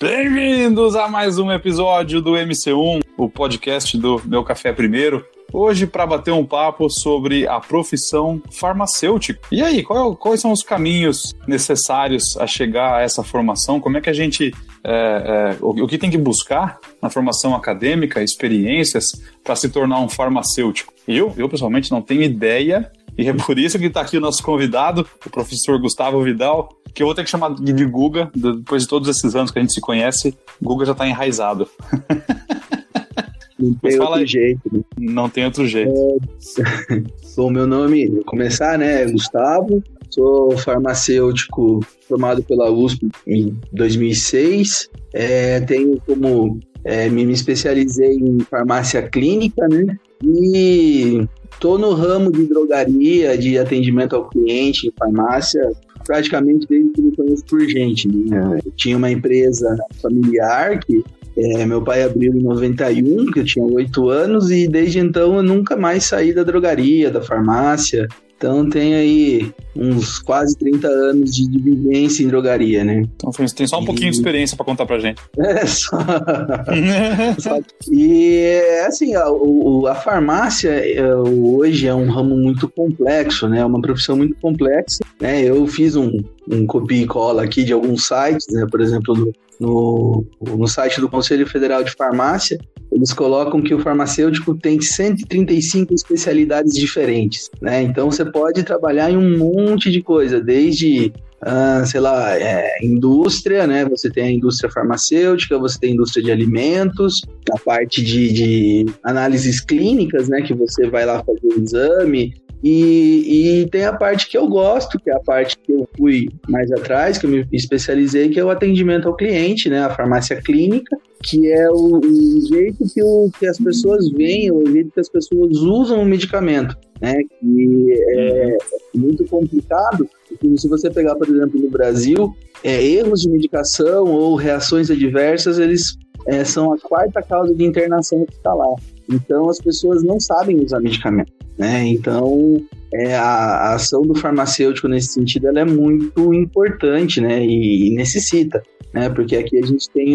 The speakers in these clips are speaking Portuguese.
Bem-vindos a mais um episódio do MC1, o podcast do Meu Café Primeiro. Hoje para bater um papo sobre a profissão farmacêutico. E aí, quais são os caminhos necessários a chegar a essa formação? Como é que a gente... o que tem que buscar na formação acadêmica, experiências, para se tornar um farmacêutico? Eu pessoalmente não tenho ideia, e é por isso que está aqui o nosso convidado, o professor Gustavo Vidal, que eu vou ter que chamar de Guga, depois de todos esses anos que a gente se conhece, Guga já está enraizado. Não tem outro jeito. Né? Não tem outro jeito. Bom, meu nome, vou começar, né? Gustavo, sou farmacêutico formado pela USP em 2006. Tenho como... me especializei em farmácia clínica, né? E estou no ramo de drogaria, de atendimento ao cliente em farmácia, praticamente desde que me conheço por gente. Né? Eu tinha uma empresa familiar que meu pai abriu em 91, que eu tinha 8 anos, e desde então eu nunca mais saí da drogaria, da farmácia. Então tem aí uns quase 30 anos de vivência em drogaria, né? Então tem só um pouquinho de experiência para contar pra gente. E assim, a farmácia hoje é um ramo muito complexo, né? É uma profissão muito complexa, né? Eu fiz um copia e cola aqui de alguns sites, né? Por exemplo, no site do Conselho Federal de Farmácia, eles colocam que o farmacêutico tem 135 especialidades diferentes, né? Então você pode trabalhar em um monte de coisa, desde, indústria, né? Você tem a indústria farmacêutica, você tem a indústria de alimentos, a parte de análises clínicas, né? Que você vai lá fazer o exame. E tem a parte que eu gosto, que é a parte que eu fui mais atrás, que eu me especializei, que é o atendimento ao cliente, né? A farmácia clínica, que é o jeito que as pessoas veem, o jeito que as pessoas usam o medicamento, né? Que é muito complicado, porque se você pegar, por exemplo, no Brasil, erros de medicação ou reações adversas, eles são a 4ª causa de internação hospitalar. Então, as pessoas não sabem usar medicamento, né? Então, a ação do farmacêutico nesse sentido, ela é muito importante, né? E necessita, né? Porque aqui a gente tem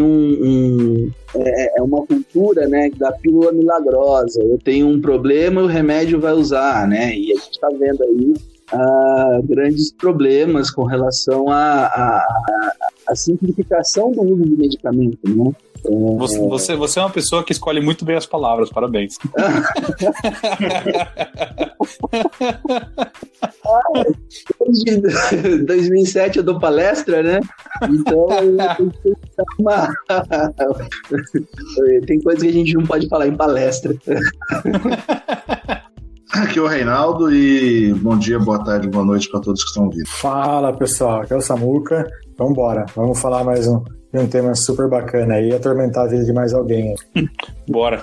uma cultura, né? Da pílula milagrosa. Eu tenho um problema, o remédio vai usar, né? E a gente está vendo aí grandes problemas com relação à simplificação do uso do medicamento, né? Você é uma pessoa que escolhe muito bem as palavras, parabéns. Desde 2007 eu dou palestra, né? Então tem coisa que a gente não pode falar em palestra. Aqui é o Reinaldo e bom dia, boa tarde, boa noite para todos que estão ouvindo. Fala pessoal, aqui é o Samuca. Vamos falar mais um tema super bacana aí, atormentar a vida de mais alguém. Bora.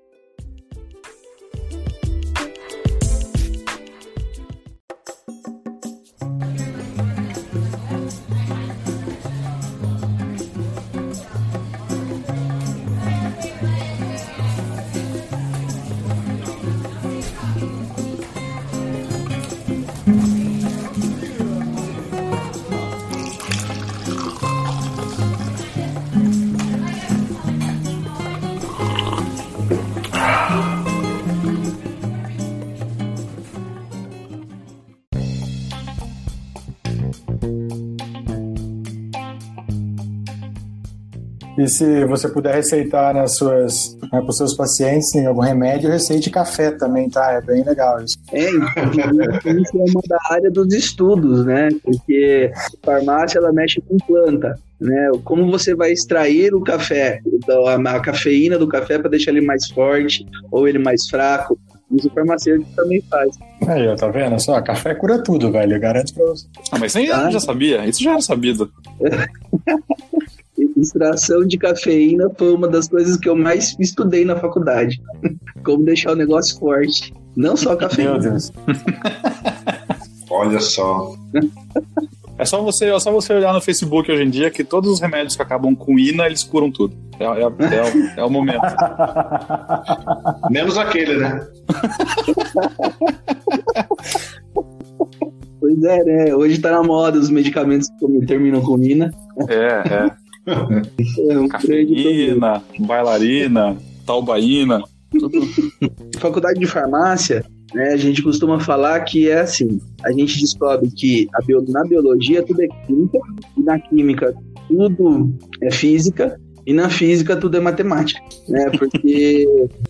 E se você puder receitar para os seus pacientes em algum remédio, receite café também, tá? É bem legal isso. Isso é uma da área dos estudos, né? Porque a farmácia, ela mexe com planta, né? Como você vai extrair o café, a cafeína do café para deixar ele mais forte ou ele mais fraco. Isso o farmacêutico também faz. Aí, ó, tá vendo? Só, café cura tudo, velho. Eu garanto pra você. Mas isso aí eu já sabia. Isso já era sabido. Extração de cafeína foi uma das coisas que eu mais estudei na faculdade. Como deixar o negócio forte. Não só cafeína. Meu Deus. Olha só. É só você olhar no Facebook hoje em dia que todos os remédios que acabam com ina, eles curam tudo. É o momento. Menos aquele, né? Pois é, né? Hoje tá na moda os medicamentos que terminam com ina. É. Cafeína, bailarina, taubaína, tudo. Faculdade de farmácia, né, a gente costuma falar que é assim, a gente descobre que na biologia tudo é química, e na química tudo é física, e na física tudo é matemática, né, porque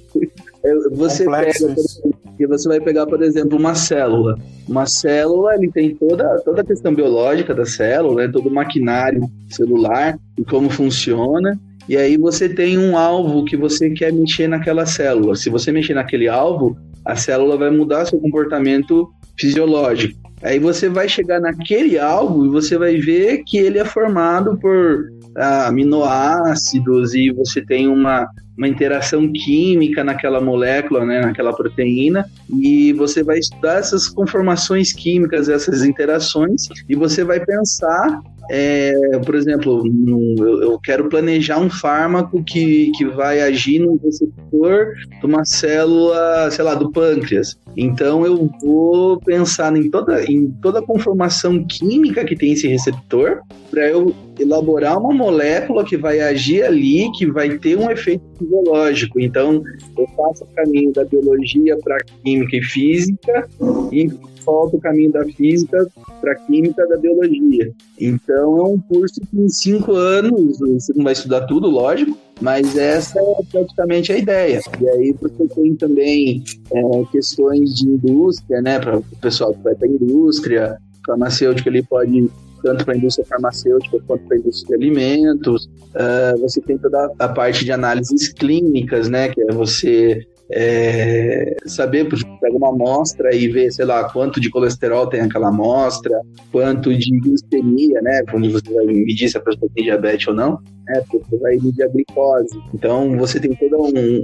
você vai pegar, por exemplo, uma célula. Uma célula, ele tem toda a questão biológica da célula, né, todo o maquinário celular e como funciona. E aí você tem um alvo que você quer mexer naquela célula. Se você mexer naquele alvo, a célula vai mudar seu comportamento fisiológico. Aí você vai chegar naquele alvo e você vai ver que ele é formado por aminoácidos e você tem uma interação química naquela molécula, né, naquela proteína, e você vai estudar essas conformações químicas, essas interações, e você vai pensar, por exemplo, eu quero planejar um fármaco que vai agir no receptor de uma célula, sei lá, do pâncreas. Então eu vou pensar em toda a conformação química que tem esse receptor, para eu elaborar uma molécula que vai agir ali, que vai ter um efeito fisiológico. Então eu faço o caminho da biologia para química e física e volto o caminho da física para a química da biologia. Então é um curso que em 5 anos você não vai estudar tudo, lógico, mas essa é praticamente a ideia. E aí você tem também questões de indústria, né, para o pessoal que vai para a indústria farmacêutica, ele pode tanto para a indústria farmacêutica quanto para a indústria de alimentos. Você tem toda a parte de análises clínicas, né, que é você saber, por exemplo, pega uma amostra e ver, sei lá, quanto de colesterol tem aquela amostra, quanto de glicemia, né, quando você vai medir se a pessoa tem diabetes ou não, né, porque você vai medir a glicose. Então você tem toda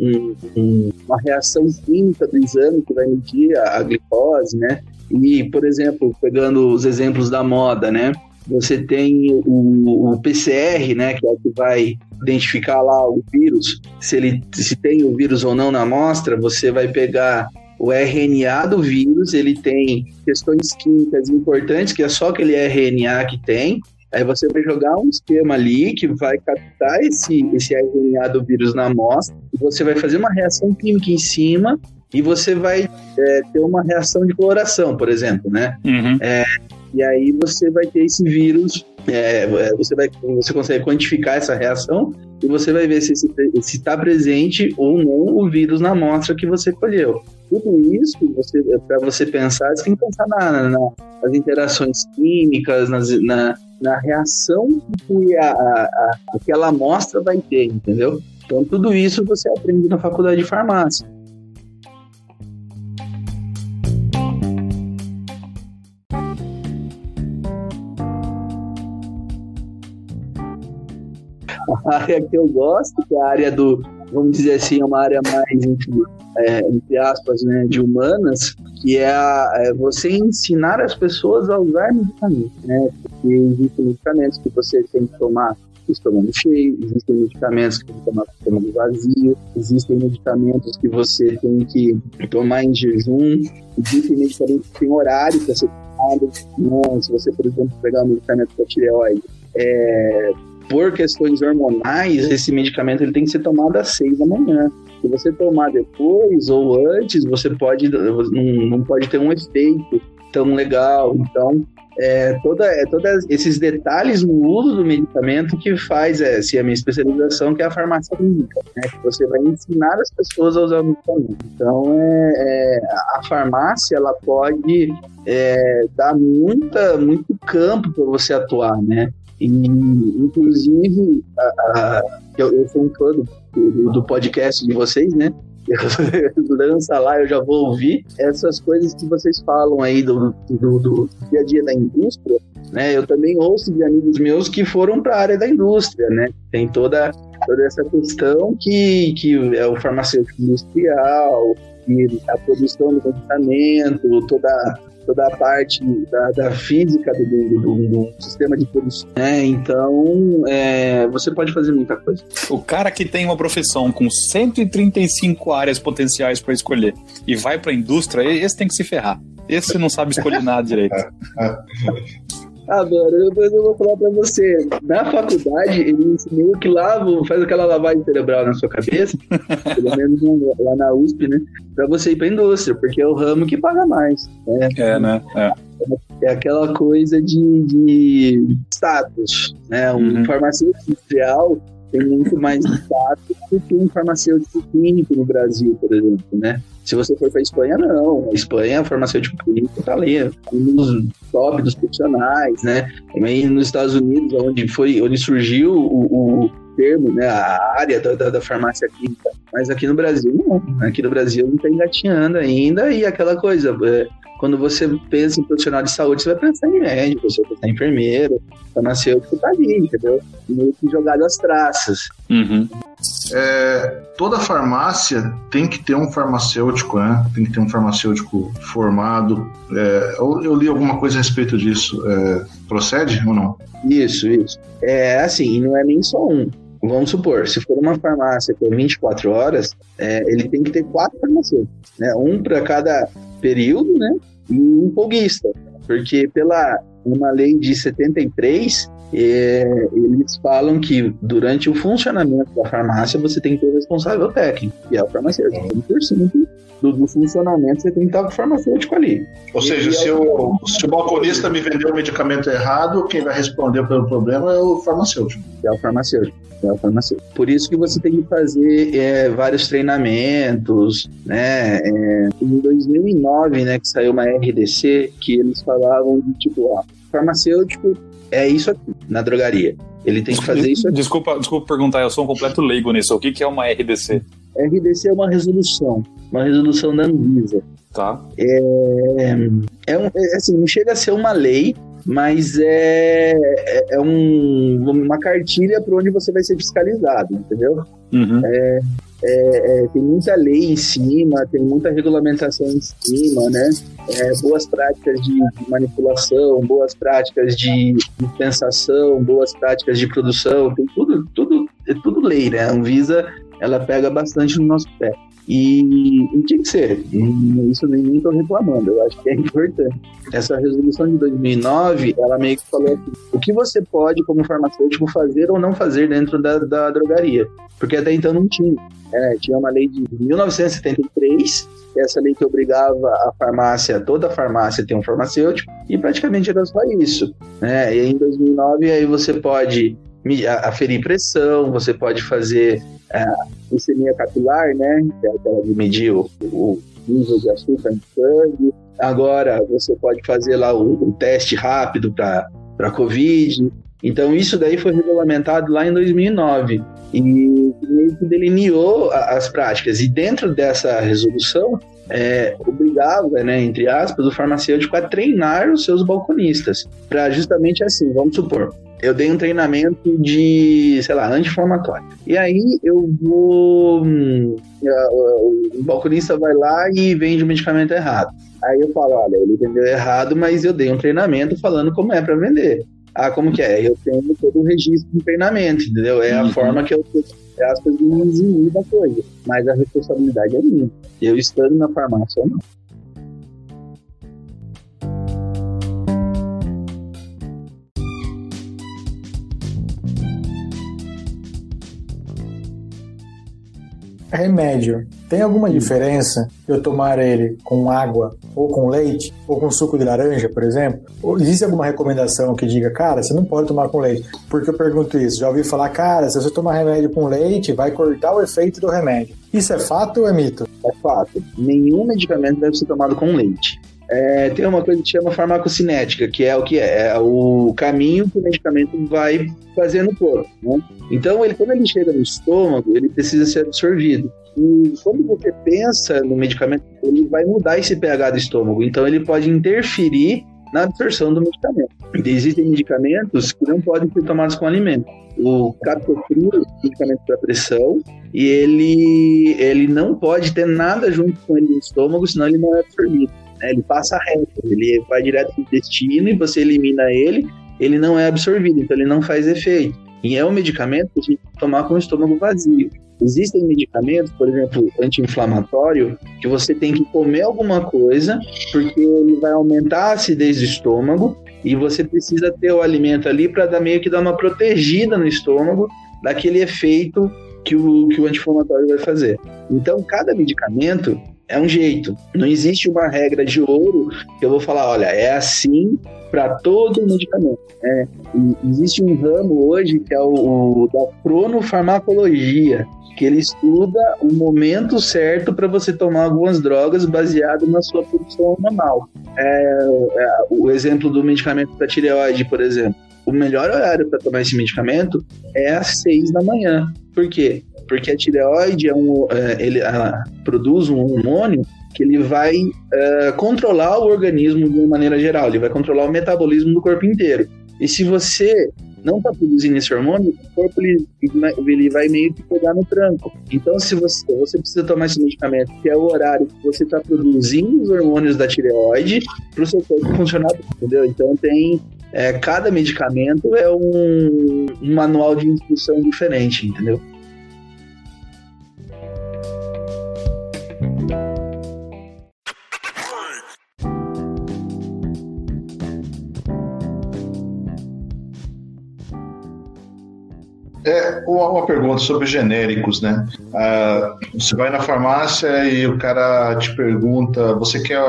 uma reação química do exame que vai medir a glicose, né. E, por exemplo, pegando os exemplos da moda, né, você tem o PCR, né, que é o que vai identificar lá o vírus, se tem o vírus ou não na amostra. Você vai pegar o RNA do vírus, ele tem questões químicas importantes, que é só aquele RNA que tem. Aí você vai jogar um esquema ali que vai captar esse RNA do vírus na amostra, e você vai fazer uma reação química em cima, e você vai ter uma reação de coloração, por exemplo, né? Uhum. E aí você vai ter esse vírus, você consegue quantificar essa reação e você vai ver se está presente ou não o vírus na amostra que você colheu. Tudo isso, para você pensar, você tem que pensar nas interações químicas, na reação que aquela amostra vai ter, entendeu? Então tudo isso você aprende na faculdade de farmácia. A área que eu gosto, que é a área vamos dizer assim, é uma área mais, entre aspas, né, de humanas, que é você ensinar as pessoas a usar medicamentos, né? Porque existem medicamentos que você tem que tomar com o estômago cheio, existem medicamentos que tem que tomar com o estômago vazio, existem medicamentos que você tem que tomar em jejum, existem medicamentos que tem horário para ser tomado, né? Se você, por exemplo, pegar um medicamento para tireoide, por questões hormonais, esse medicamento ele tem que ser tomado às 6 da manhã. Se você tomar depois ou antes, você não pode ter um efeito tão legal. Então, todos esses detalhes no uso do medicamento que faz a minha especialização, que é a farmácia clínica, né? Que você vai ensinar as pessoas a usar o medicamento. Então, a farmácia ela pode dar muito campo para você atuar, né? E, inclusive, eu sou um fã do podcast de vocês, né? Lança lá, eu já vou ouvir essas coisas que vocês falam aí do dia a dia da indústria, né? Eu também ouço de amigos meus que foram para a área da indústria, né? Tem toda essa questão que é o farmacêutico industrial, e a produção do medicamento, toda a parte da física do sistema de produção, né? Então, você pode fazer muita coisa. O cara que tem uma profissão com 135 áreas potenciais para escolher e vai para a indústria, esse tem que se ferrar. Esse não sabe escolher nada direito. Mano, depois eu vou falar pra você. Na faculdade, eles meio que lavam, faz aquela lavagem cerebral na sua cabeça, pelo menos lá na USP, né? Pra você ir pra indústria, porque é o ramo que paga mais. Né? Né? É aquela coisa de status, né? Um farmacêutico industrial tem muito mais status do que um farmacêutico clínico no Brasil, por exemplo, né? Se você for para a Espanha, não. A Espanha, o farmacêutico clínico está ali, um dos top dos profissionais, né? E nos Estados Unidos, onde surgiu o termo, né? A área da farmácia clínica. Mas aqui no Brasil, não. Aqui no Brasil não está engatinhando ainda. E aquela coisa, quando você pensa em profissional de saúde, você vai pensar em médico, você vai pensar em enfermeiro, farmacêutico está ali, entendeu? Meio que jogado às traças. Toda farmácia tem que ter um farmacêutico, né? Tem que ter um farmacêutico formado. Eu li alguma coisa a respeito disso. Procede ou não? Isso. Assim, e não é nem só um. Vamos supor, se for uma farmácia que é 24 horas, ele tem que ter 4 farmacêuticos, né? Um para cada período, né? E um folguista. Porque pela uma lei de 73... eles falam que durante o funcionamento da farmácia você tem que ter o responsável técnico, que é o farmacêutico. 100% do funcionamento você tem que estar com o farmacêutico ali. Ou seja, se o balconista me vendeu o medicamento errado, quem vai responder pelo problema é o farmacêutico. É o farmacêutico. Por isso que você tem que fazer vários treinamentos, né? Em 2009, né, que saiu uma RDC, que eles falavam de tipo, farmacêutico é isso aqui, na drogaria. Ele tem que fazer isso aqui. Desculpa perguntar, eu sou um completo leigo nisso. O que é uma RDC? RDC é uma resolução da Anvisa. Tá. Assim, não chega a ser uma lei, mas é uma cartilha para onde você vai ser fiscalizado, entendeu? Tem muita lei em cima, tem muita regulamentação em cima, né? Boas práticas de manipulação, boas práticas de dispensação, boas práticas de produção, tem tudo lei, né? A Anvisa, ela pega bastante no nosso pé. E tinha que ser, isso nem estou reclamando, eu acho que é importante. Essa resolução de 2009, ela meio que falou assim, o que você pode, como farmacêutico, fazer ou não fazer dentro da drogaria, porque até então não tinha. Tinha uma lei de 1973, essa lei que obrigava toda a farmácia a ter um farmacêutico, e praticamente era só isso, né? E em 2009, aí você pode aferir pressão, você pode fazer glicemia capilar, né? Que é aquela de medir o nível de açúcar no sangue. Agora você pode fazer lá o teste rápido para Covid. Então isso daí foi regulamentado lá em 2009 e meio que delineou as práticas. E dentro dessa resolução obrigava, né, entre aspas, o farmacêutico a treinar os seus balconistas para justamente assim, vamos supor, eu dei um treinamento de, sei lá, anti-inflamatório. E aí o balconista vai lá e vende o medicamento errado. Aí eu falo, olha, ele vendeu errado, mas eu dei um treinamento falando como é para vender. Como que é? Eu tenho todo o registro de treinamento, entendeu? É a forma que eu, aspas, me eximir da coisa. Mas a responsabilidade é minha. Eu estando na farmácia ou não. Remédio. Tem alguma diferença eu tomar ele com água, ou com leite, ou com suco de laranja, por exemplo? Ou existe alguma recomendação que diga, cara, você não pode tomar com leite? Porque eu pergunto isso. Já ouvi falar, cara, se você tomar remédio com leite, vai cortar o efeito do remédio. Isso é fato ou é mito? É fato. Nenhum medicamento deve ser tomado com leite. Tem uma coisa que chama farmacocinética, que é o que é o caminho que o medicamento vai fazer no corpo, né? Então, quando ele chega no estômago, ele precisa ser absorvido. E quando você pensa no medicamento, ele vai mudar esse pH do estômago. Então, ele pode interferir na absorção do medicamento. Existem medicamentos que não podem ser tomados com alimento. O captopril é um medicamento para pressão e ele não pode ter nada junto com ele no estômago, senão ele não é absorvido. Ele passa reto, ele vai direto para o intestino e você elimina ele não é absorvido, então ele não faz efeito. E é um medicamento que a gente tem que tomar com o estômago vazio. Existem medicamentos, por exemplo, anti-inflamatório, que você tem que comer alguma coisa, porque ele vai aumentar a acidez do estômago e você precisa ter o alimento ali para meio que dar uma protegida no estômago daquele efeito que o anti-inflamatório vai fazer. Então, cada medicamento é um jeito. Não existe uma regra de ouro que eu vou falar, olha, é assim para todo medicamento. Existe um ramo hoje que é o da cronofarmacologia, que ele estuda o momento certo para você tomar algumas drogas baseado na sua produção hormonal. O exemplo do medicamento para tireoide, por exemplo. O melhor horário para tomar esse medicamento é às 6 da manhã. Por quê? Porque a tireoide ela produz um hormônio que ele vai controlar o organismo de uma maneira geral, ele vai controlar o metabolismo do corpo inteiro. E se você não está produzindo esse hormônio, o corpo ele vai meio que pegar no tranco. Então, se você precisa tomar esse medicamento, que é o horário que você está produzindo os hormônios da tireoide, para o seu corpo funcionar, entendeu? Então, cada medicamento é um manual de instrução diferente, entendeu? Uma pergunta sobre genéricos, né? Você vai na farmácia e o cara te pergunta, você quer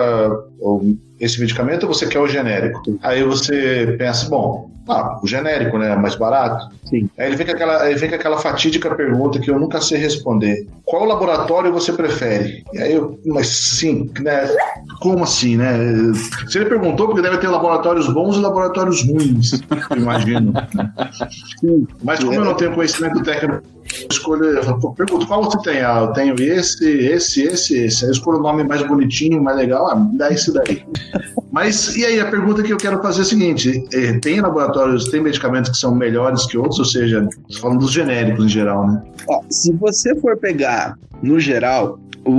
esse medicamento ou você quer o genérico? Aí você pensa, bom, o genérico, né? Mais barato. Sim. Aí ele vem com aquela fatídica pergunta que eu nunca sei responder. Qual laboratório você prefere? E aí mas sim, né? Como assim, né? Se ele perguntou, porque deve ter laboratórios bons e laboratórios ruins, eu imagino. Sim. Mas como eu não tenho conhecimento técnico, eu pergunto, qual você tem? Eu tenho esse. Aí eu escolho o nome mais bonitinho, mais legal, dá esse daí. Mas, e aí, a pergunta que eu quero fazer é a seguinte, tem laboratórios, tem medicamentos que são melhores que outros, ou seja, falando dos genéricos em geral, né? Se você for pegar, no geral,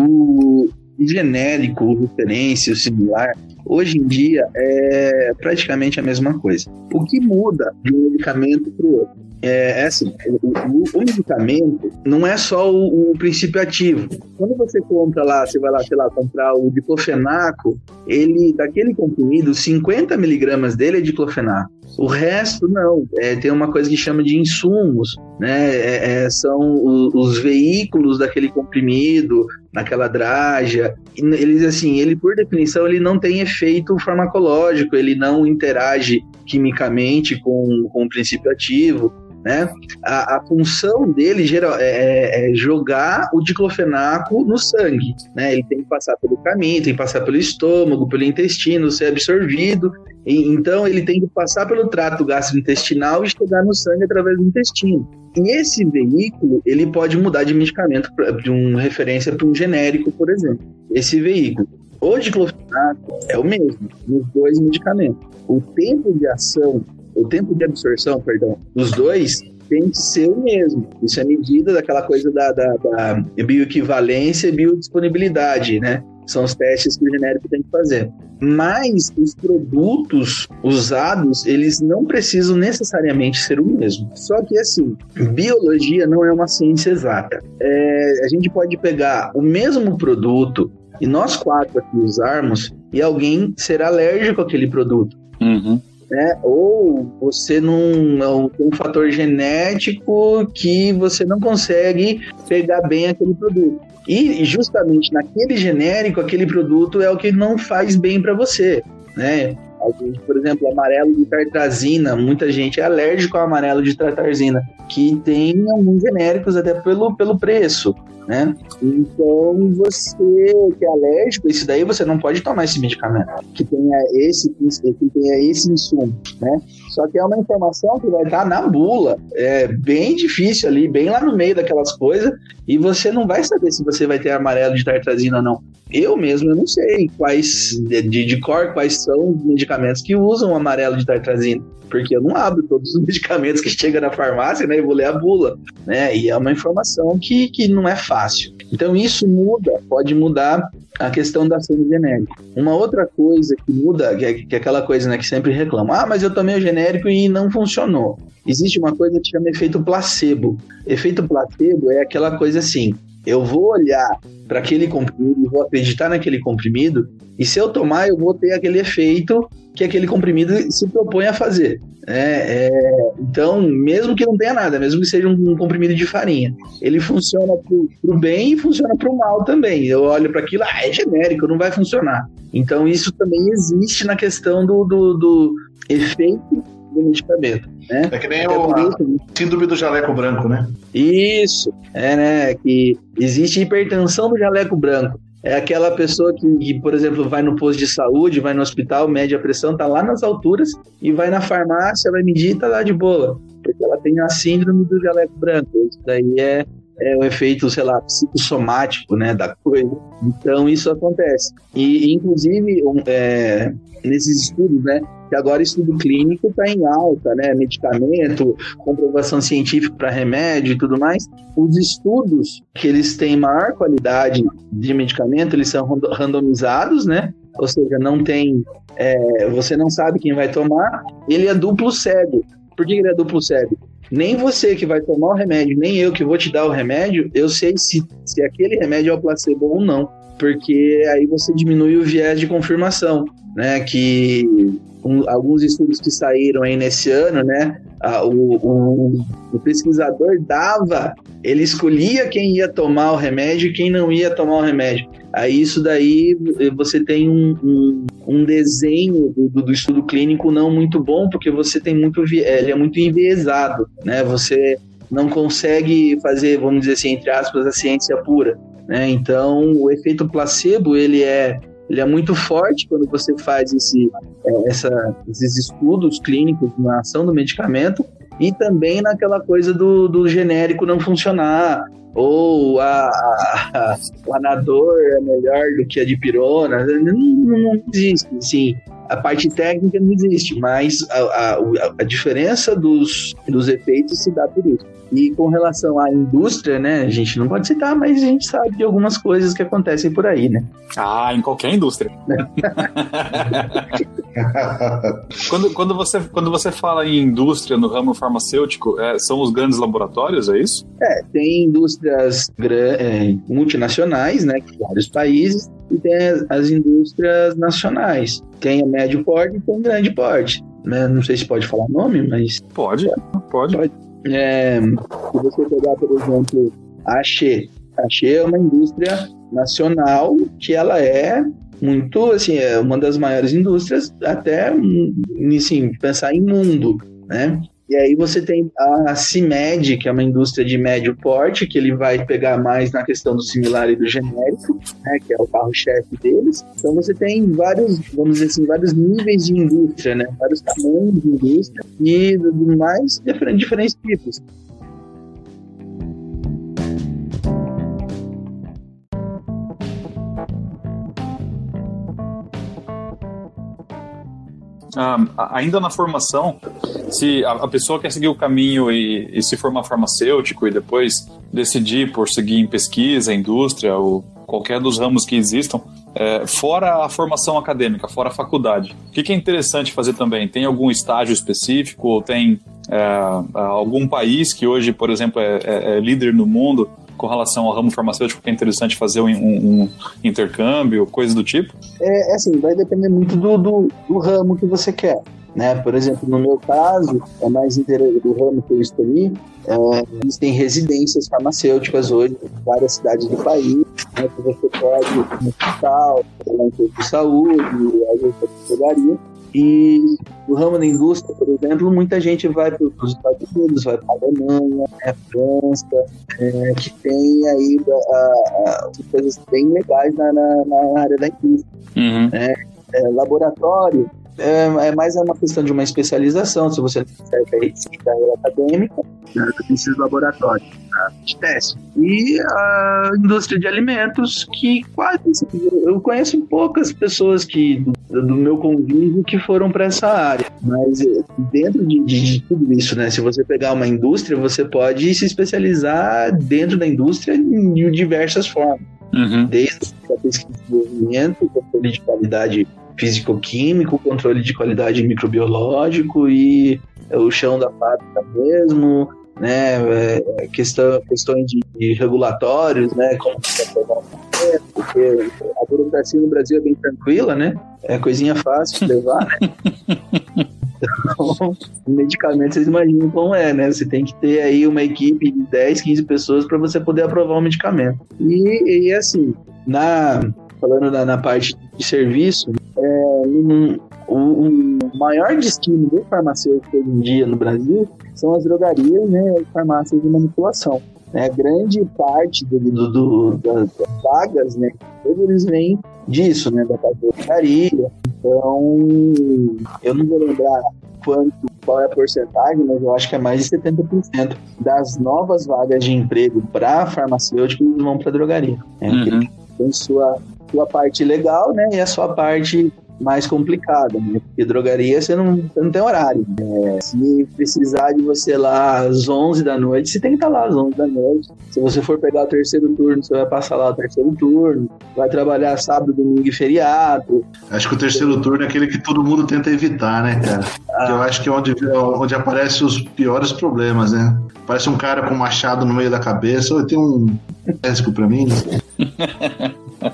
o genérico, o referência, o similar, hoje em dia é praticamente a mesma coisa. O que muda de um medicamento para o outro? Assim, o medicamento não é só o princípio ativo. Quando você compra lá, você vai lá, sei lá, comprar o diclofenaco, daquele comprimido, 50 miligramas dele é diclofenaco. O resto não, tem uma coisa que chama de insumos, né? São os veículos daquele comprimido, naquela draga. Ele por definição, ele não tem efeito farmacológico, ele não interage quimicamente com o princípio ativo, né? A função dele geral é jogar o diclofenaco no sangue, né? Ele tem que passar pelo caminho, tem que passar pelo estômago, pelo intestino, ser absorvido. Então ele tem que passar pelo trato gastrointestinal e chegar no sangue através do intestino. E esse veículo, ele pode mudar de medicamento, de uma referência para um genérico, por exemplo. Esse veículo, o diclofenaco é o mesmo nos dois medicamentos. O tempo de absorção, dos dois tem que ser o mesmo. Isso é medida daquela coisa da bioequivalência e biodisponibilidade, né? São os testes que o genérico tem que fazer. Mas os produtos usados, eles não precisam necessariamente ser o mesmo. Só que, assim, biologia não é uma ciência exata. A gente pode pegar o mesmo produto e nós 4 aqui usarmos e alguém ser alérgico àquele produto. Uhum. Ou você não tem um fator genético que você não consegue pegar bem aquele produto. E justamente naquele genérico, aquele produto é o que não faz bem para você, né? Por exemplo, amarelo de tartrazina, muita gente é alérgico ao amarelo de tartrazina, que tem alguns genéricos até pelo preço, né? Então, você que é alérgico, isso daí você não pode tomar esse medicamento, que tenha esse insumo, né? Só que é uma informação que vai estar na bula, é bem difícil ali, bem lá no meio daquelas coisas, e você não vai saber se você vai ter amarelo de tartrazina ou não. Eu não sei quais de cor, quais são os medicamentos que usam o amarelo de tartrazina, porque eu não abro todos os medicamentos que chegam na farmácia, né, e vou ler a bula, né, e é uma informação que não é fácil. Então isso pode mudar a questão da ação do genérico. Uma outra coisa que muda, que é aquela coisa, né, que sempre reclama, mas eu tomei o genérico e não funcionou. Existe uma coisa que chama efeito placebo. Efeito placebo é aquela coisa assim, eu vou olhar para aquele comprimido, vou acreditar naquele comprimido, e se eu tomar, eu vou ter aquele efeito que aquele comprimido se propõe a fazer. Então, mesmo que não tenha nada, mesmo que seja um comprimido de farinha, ele funciona pro bem e funciona pro mal também. Eu olho para aquilo, é genérico, não vai funcionar. Então, isso também existe na questão do efeito do medicamento, né? É que nem a síndrome do jaleco branco, né? Isso, né? Que existe hipertensão do jaleco branco. É aquela pessoa que, por exemplo, vai no posto de saúde, vai no hospital, mede a pressão, tá lá nas alturas, e vai na farmácia, vai medir e tá lá de boa. Porque ela tem a síndrome do jaleco branco. Isso daí é o efeito, sei lá, psicossomático, né, da coisa. Então, isso acontece. E inclusive, nesses estudos, né, que agora estudo clínico está em alta, né, medicamento, comprovação científica para remédio e tudo mais, os estudos que eles têm maior qualidade de medicamento, eles são randomizados, né, ou seja, não tem, você não sabe quem vai tomar, ele é duplo cego. Por que ele é duplo cego? Nem você que vai tomar o remédio, nem eu que vou te dar o remédio, eu sei se aquele remédio é o placebo ou não, porque aí você diminui o viés de confirmação, né, que alguns estudos que saíram aí nesse ano, né, o pesquisador ele escolhia quem ia tomar o remédio e quem não ia tomar o remédio. Aí isso daí você tem um desenho do estudo clínico não muito bom, porque você tem ele é muito enviesado, né? Você não consegue fazer, vamos dizer assim, entre aspas, a ciência pura, né? Então, o efeito placebo, ele é muito forte quando você faz esses estudos clínicos na ação do medicamento, e também naquela coisa do genérico não funcionar, ou o Anador é melhor do que a dipirona. Não existe, sim. A parte técnica não existe, mas a diferença dos efeitos se dá por isso. E com relação à indústria, né, a gente não pode citar, mas a gente sabe de algumas coisas que acontecem por aí, né? Em qualquer indústria. Quando você fala em indústria no ramo farmacêutico, são os grandes laboratórios, é isso? Tem indústrias multinacionais, né, de vários países, e tem as indústrias nacionais. Tem a médio porte e tem grande porte, né? Não sei se pode falar nome, mas... Pode. Se você pegar, por exemplo, a Axê é uma indústria nacional que ela é muito, assim, é uma das maiores indústrias, até, assim, pensar em mundo, né? E aí você tem a CIMED, que é uma indústria de médio porte, que ele vai pegar mais na questão do similar e do genérico, né, que é o carro-chefe deles. Então você tem vários, vamos dizer assim, vários níveis de indústria, né, vários tamanhos de indústria e de mais diferentes tipos. Ainda na formação, se a pessoa quer seguir o caminho e se formar farmacêutico e depois decidir por seguir em pesquisa, indústria ou qualquer dos ramos que existam, fora a formação acadêmica, fora a faculdade, o que é interessante fazer também? Tem algum estágio específico ou tem algum país que hoje, por exemplo, é líder no mundo com relação ao ramo farmacêutico que é interessante fazer um intercâmbio, coisa do tipo? Assim, vai depender muito do ramo que você quer, né? Por exemplo, no meu caso, é mais interessante do ramo que eu escolhi, existem residências farmacêuticas hoje em várias cidades do país, né, que você pode ir no hospital, no posto de saúde, às vezes você pegaria. E no ramo da indústria, por exemplo, muita gente vai para os Estados Unidos, vai para a Alemanha, França, que tem aí coisas bem legais na área da indústria. Uhum. Laboratório, é mais uma questão de uma especialização. Se você não consegue seguir carreira acadêmica, você precisa de laboratório de teste. E a indústria de alimentos, que quase eu conheço poucas pessoas do meu convívio que foram para essa área, mas dentro de tudo isso, né, se você pegar uma indústria, você pode se especializar dentro da indústria de diversas formas. Uhum. Desde a pesquisa de desenvolvimento, controle de qualidade físico-químico, controle de qualidade microbiológico e o chão da fábrica mesmo, né, questões de regulatórios, né, como você vai pegar porque a burocracia no Brasil é bem tranquila, né? É coisinha fácil de levar, né? Então, medicamento, vocês imaginam como é, né? Você tem que ter aí uma equipe de 10, 15 pessoas para você poder aprovar o medicamento. E assim, falando na parte de serviço, o maior destino do farmacêutico hoje em dia no Brasil são as drogarias, né, e farmácias de manipulação. Né? Grande parte das vagas, né, eles vêm disso, né, da parte da drogaria. Então, eu não vou lembrar qual é a porcentagem, mas eu acho que é mais de 70% das novas vagas de emprego para farmacêuticos vão para drogaria. Né? Tem sua parte legal, né, e a sua parte mais complicada, né? Porque drogaria você não tem horário. Né? Se precisar de você lá às 11 da noite, você tem que estar lá às 11 da noite. Se você for pegar o terceiro turno, você vai passar lá o terceiro turno. Vai trabalhar sábado, domingo e feriado. Acho que o terceiro turno é aquele que todo mundo tenta evitar, né, cara? Que eu acho que é onde aparecem os piores problemas, né? Parece um cara com um machado no meio da cabeça. Ou tem um médico pra mim, né?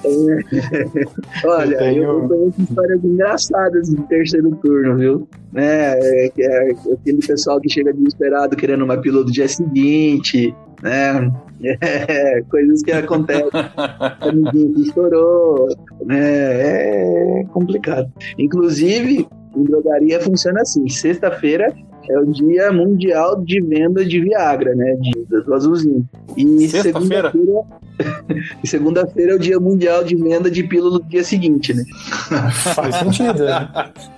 Olha, eu conheço histórias engraçadas de terceiro turno, viu? Aquele pessoal que chega desesperado querendo uma pílula do dia seguinte, né? Coisas que acontecem. Ninguém que estourou, né? É complicado. Inclusive, em drogaria funciona assim: sexta-feira é o Dia Mundial de Venda de Viagra, né? Do azulzinho. E segunda-feira é o Dia Mundial de Venda de pílula do dia seguinte, né? Faz sentido, né?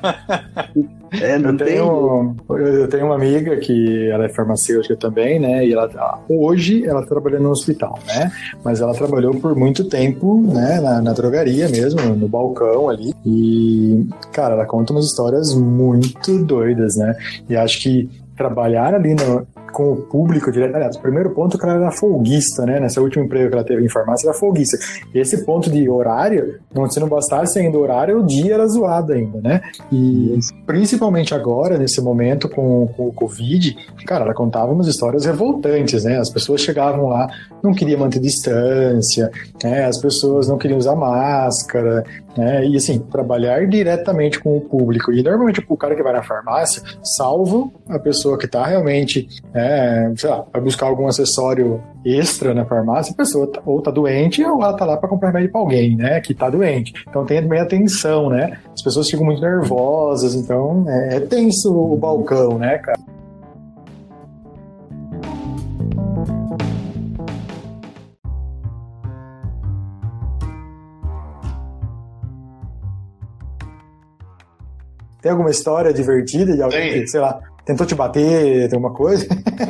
Eu tenho uma amiga que ela é farmacêutica também, né? E hoje ela trabalha no hospital, né? Mas ela trabalhou por muito tempo, né? Na drogaria mesmo, no balcão ali. E, cara, ela conta umas histórias muito doidas, né? E acho que trabalhar ali com o público direto. Aliás, o primeiro ponto é que ela era folguista, né? Nesse último emprego que ela teve em farmácia, era folguista. E esse ponto de horário, se não bastasse ainda o horário, o dia era zoado ainda, né? E principalmente agora, nesse momento com o Covid, cara, ela contava umas histórias revoltantes, né? As pessoas chegavam lá, não queriam manter distância, né? As pessoas não queriam usar máscara, né? E assim, trabalhar diretamente com o público. E normalmente o cara que vai na farmácia, salvo a pessoa que tá realmente, sei lá, vai buscar algum acessório extra na farmácia, a pessoa ou tá doente ou ela tá lá para comprar remédio para alguém, né, que tá doente. Então tem também atenção, né? As pessoas ficam muito nervosas, então é tenso o balcão, né, cara? Tem alguma história divertida de alguém que, sei lá, tentou te bater, tem uma coisa?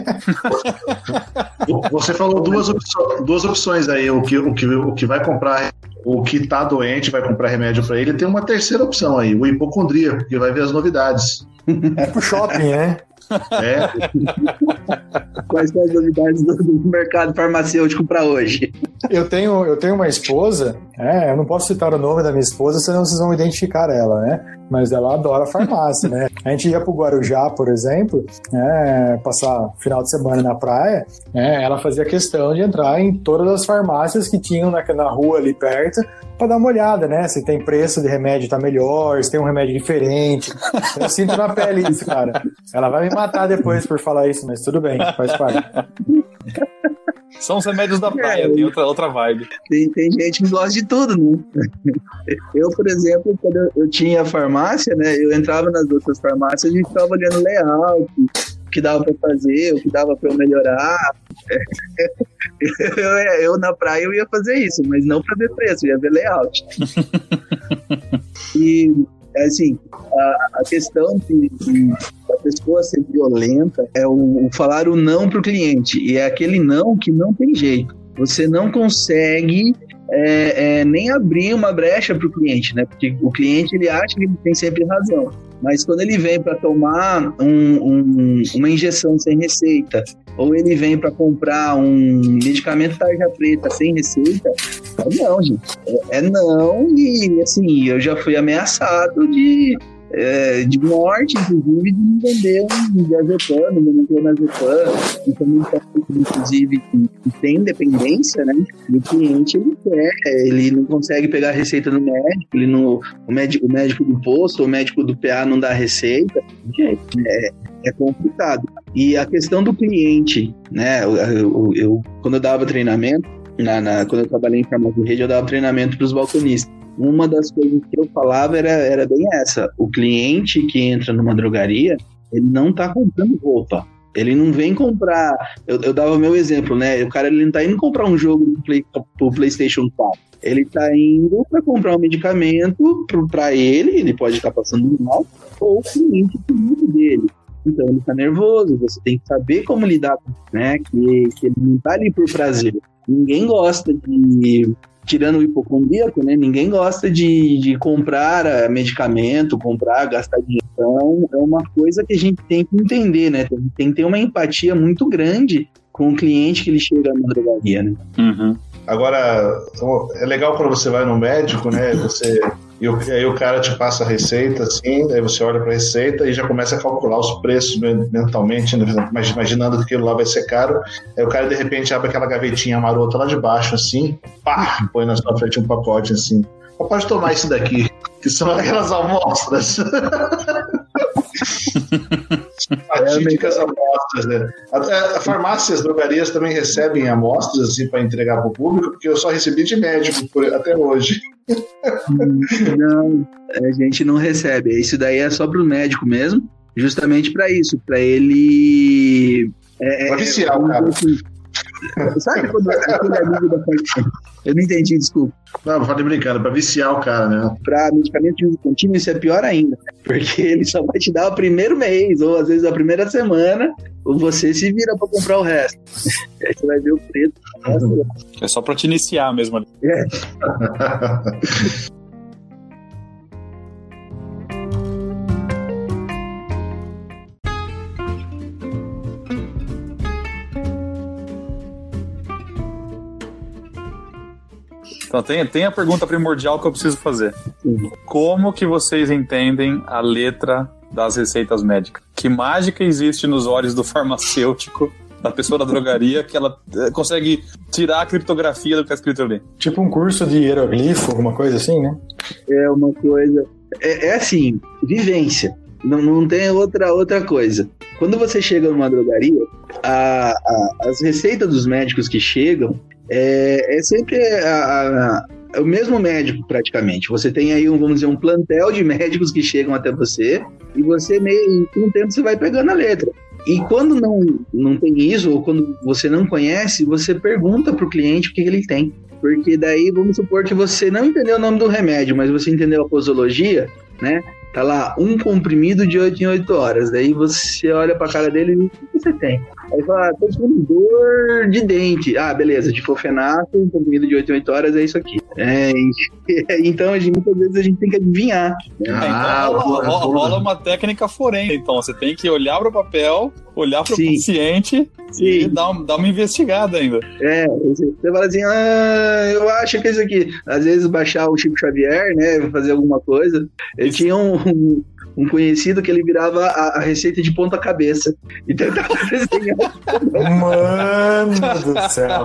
Você falou duas opções aí, o que vai comprar, o que tá doente vai comprar remédio para ele, tem uma terceira opção aí, o hipocondríaco, que vai ver as novidades. Tipo shopping, né? Quais são as novidades do mercado farmacêutico para hoje? Eu tenho uma esposa, eu não posso citar o nome da minha esposa, senão vocês vão identificar ela, né? Mas ela adora farmácia, né? A gente ia pro Guarujá, por exemplo, passar final de semana na praia, ela fazia questão de entrar em todas as farmácias que tinham na rua ali perto, para dar uma olhada, né? Se tem preço de remédio tá melhor, se tem um remédio diferente. Eu sinto na pele isso, cara. Ela vai me matar depois por falar isso, mas tudo bem, faz parte. São os remédios da praia, tem outra vibe. Tem gente que gosta de tudo, né? Eu, por exemplo, quando eu tinha farmácia, né? Eu entrava nas outras farmácias e ficava olhando layout, o que dava pra fazer, o que dava pra eu melhorar. Eu na praia eu ia fazer isso, mas não pra ver preço, eu ia ver layout. E, assim, a questão de a pessoa ser violenta é o falar o não pro cliente, e é aquele não que não tem jeito. Você não consegue nem abrir uma brecha pro cliente, né? Porque o cliente, ele acha que ele tem sempre razão. Mas quando ele vem para tomar uma injeção sem receita, ou ele vem para comprar um medicamento tarja preta sem receita, não, gente. Não, e assim, eu já fui ameaçado de de morte, inclusive, de não vender um diazepam, não vender um clonazepam. Então, inclusive, que tem dependência, né? E o cliente, ele não consegue pegar a receita do médico, o médico do posto, o médico do PA não dá a receita. Gente, é complicado. E a questão do cliente, né? Quando eu dava treinamento, quando eu trabalhei em farmácia de rede, eu dava treinamento para os balconistas. Uma das coisas que eu falava era bem essa: o cliente que entra numa drogaria, ele não está comprando roupa, ele não vem comprar. Eu dava o meu exemplo, né? O cara, ele não está indo comprar um jogo pro PlayStation 4, ele está indo para comprar um medicamento para ele pode estar passando mal, ou o cliente dele. Então ele está nervoso, você tem que saber como lidar com, né? Que ele não está ali por prazer. Ninguém gosta de, tirando o hipocondríaco, né? Ninguém gosta de comprar medicamento, gastar dinheiro. Então, é uma coisa que a gente tem que entender, né? Tem que ter uma empatia muito grande com o cliente que ele chega na drogaria, né? Uhum. Agora, é legal quando você vai no médico, né? E aí o cara te passa a receita, assim, aí você olha para a receita e já começa a calcular os preços mentalmente, né? Imaginando que aquilo lá vai ser caro. Aí o cara, de repente, abre aquela gavetinha marota lá de baixo, assim, pá, põe na sua frente um pacote, assim. Pode tomar isso daqui, que são aquelas amostras. Fatídicas amostras, né? Farmácias, drogarias também recebem amostras assim, para entregar para o público, porque eu só recebi de médico até hoje. Não, a gente não recebe. Isso daí é só para o médico mesmo, justamente para isso, para ele. Para viciar o cara. Sabe quando aquele amigo da família. Eu não entendi, desculpa. Não, falei brincando, para viciar o cara, né? Para medicamento de uso contínuo, isso é pior ainda. Porque ele só vai te dar o primeiro mês, ou às vezes a primeira semana, ou você se vira para comprar o resto. Aí você vai ver o preço. É só para te iniciar mesmo ali. É. Então tem a pergunta primordial que eu preciso fazer. Sim. Como que vocês entendem a letra das receitas médicas? Que mágica existe nos olhos do farmacêutico, da pessoa da drogaria, que ela consegue tirar a criptografia do que está escrito ali? Tipo um curso de hieroglifo, alguma coisa assim, né? É uma coisa... É assim, vivência. Não tem outra coisa. Quando você chega numa drogaria, as receitas dos médicos que chegam é sempre o mesmo médico, praticamente. Você tem aí, vamos dizer, um plantel de médicos que chegam até você e você, com o tempo, você vai pegando a letra. E quando não tem isso, ou quando você não conhece, você pergunta pro cliente o que ele tem. Porque daí, vamos supor que você não entendeu o nome do remédio, mas você entendeu a posologia, né? Tá lá, um comprimido de 8 em 8 horas. Daí você olha pra cara dele e o que você tem? Aí fala, tô com dor de dente. Ah, beleza, diflofenaco, um comprimido de 8 em 8 horas é isso aqui. Então, muitas vezes a gente tem que adivinhar. Então rola uma técnica forense. Então, você tem que olhar pro papel, olhar pro paciente e dar uma investigada ainda. Você fala assim, eu acho que é isso aqui. Às vezes baixar o Chico Xavier, né, fazer alguma coisa. Eu tinha um conhecido que ele virava a receita de ponta cabeça e tentava desenhar. Mano do céu.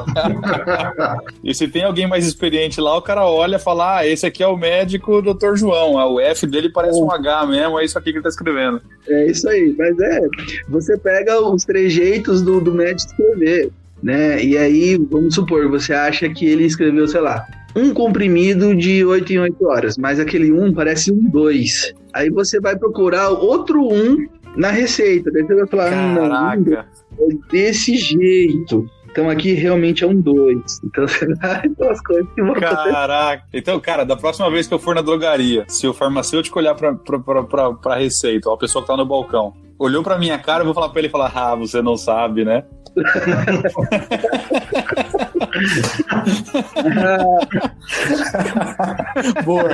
E se tem alguém mais experiente lá, o cara olha e fala, esse aqui é o médico Dr. João, o F dele parece um H mesmo, é isso aqui que ele tá escrevendo. É isso aí, mas você pega os trejeitos do médico escrever, né, e aí, vamos supor, você acha que ele escreveu, sei lá, um comprimido de 8 em 8 horas, mas aquele 1 parece um 2. Aí você vai procurar outro 1 na receita. Daí você vai falar, não, é desse jeito. Então aqui realmente é um 2. Então você vai as coisas que vão acontecer. Caraca. Então, cara, da próxima vez que eu for na drogaria, se o farmacêutico olhar pra receita, ou a pessoa que tá no balcão, olhou pra minha cara, eu vou falar pra ele, você não sabe, né? Boa.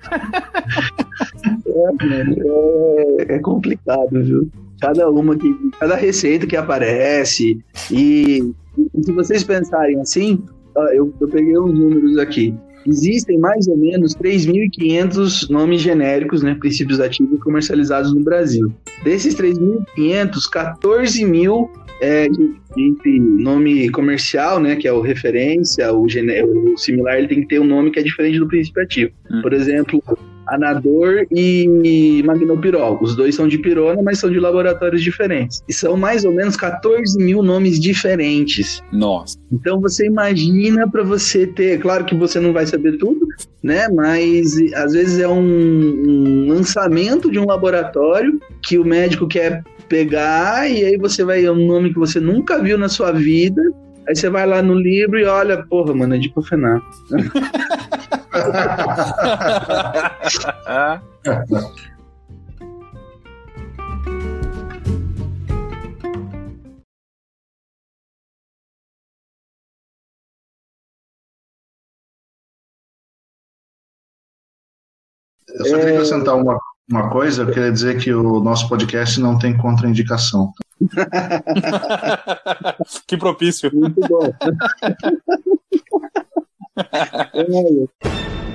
É complicado, viu? Cada receita que aparece e se vocês pensarem assim, eu peguei uns números aqui. Existem mais ou menos 3.500 nomes genéricos, né, princípios ativos comercializados no Brasil. Desses 3.500, 14.000 entre nome comercial, né, que é o referência, o similar, ele tem que ter um nome que é diferente do princípio ativo. Por exemplo, Anador e Magnopirol. Os dois são de pirona, mas são de laboratórios diferentes. E são mais ou menos 14.000 nomes diferentes. Nossa. Então você imagina para você ter... Claro que você não vai saber tudo, né? Mas às vezes é um lançamento de um laboratório que o médico quer pegar e aí você vai... É um nome que você nunca viu na sua vida. Aí você vai lá no livro e olha, porra, mano, é diclofenaco. Eu só queria acrescentar uma coisa, eu queria dizer que o nosso podcast não tem contraindicação. Que propício. Muito bom.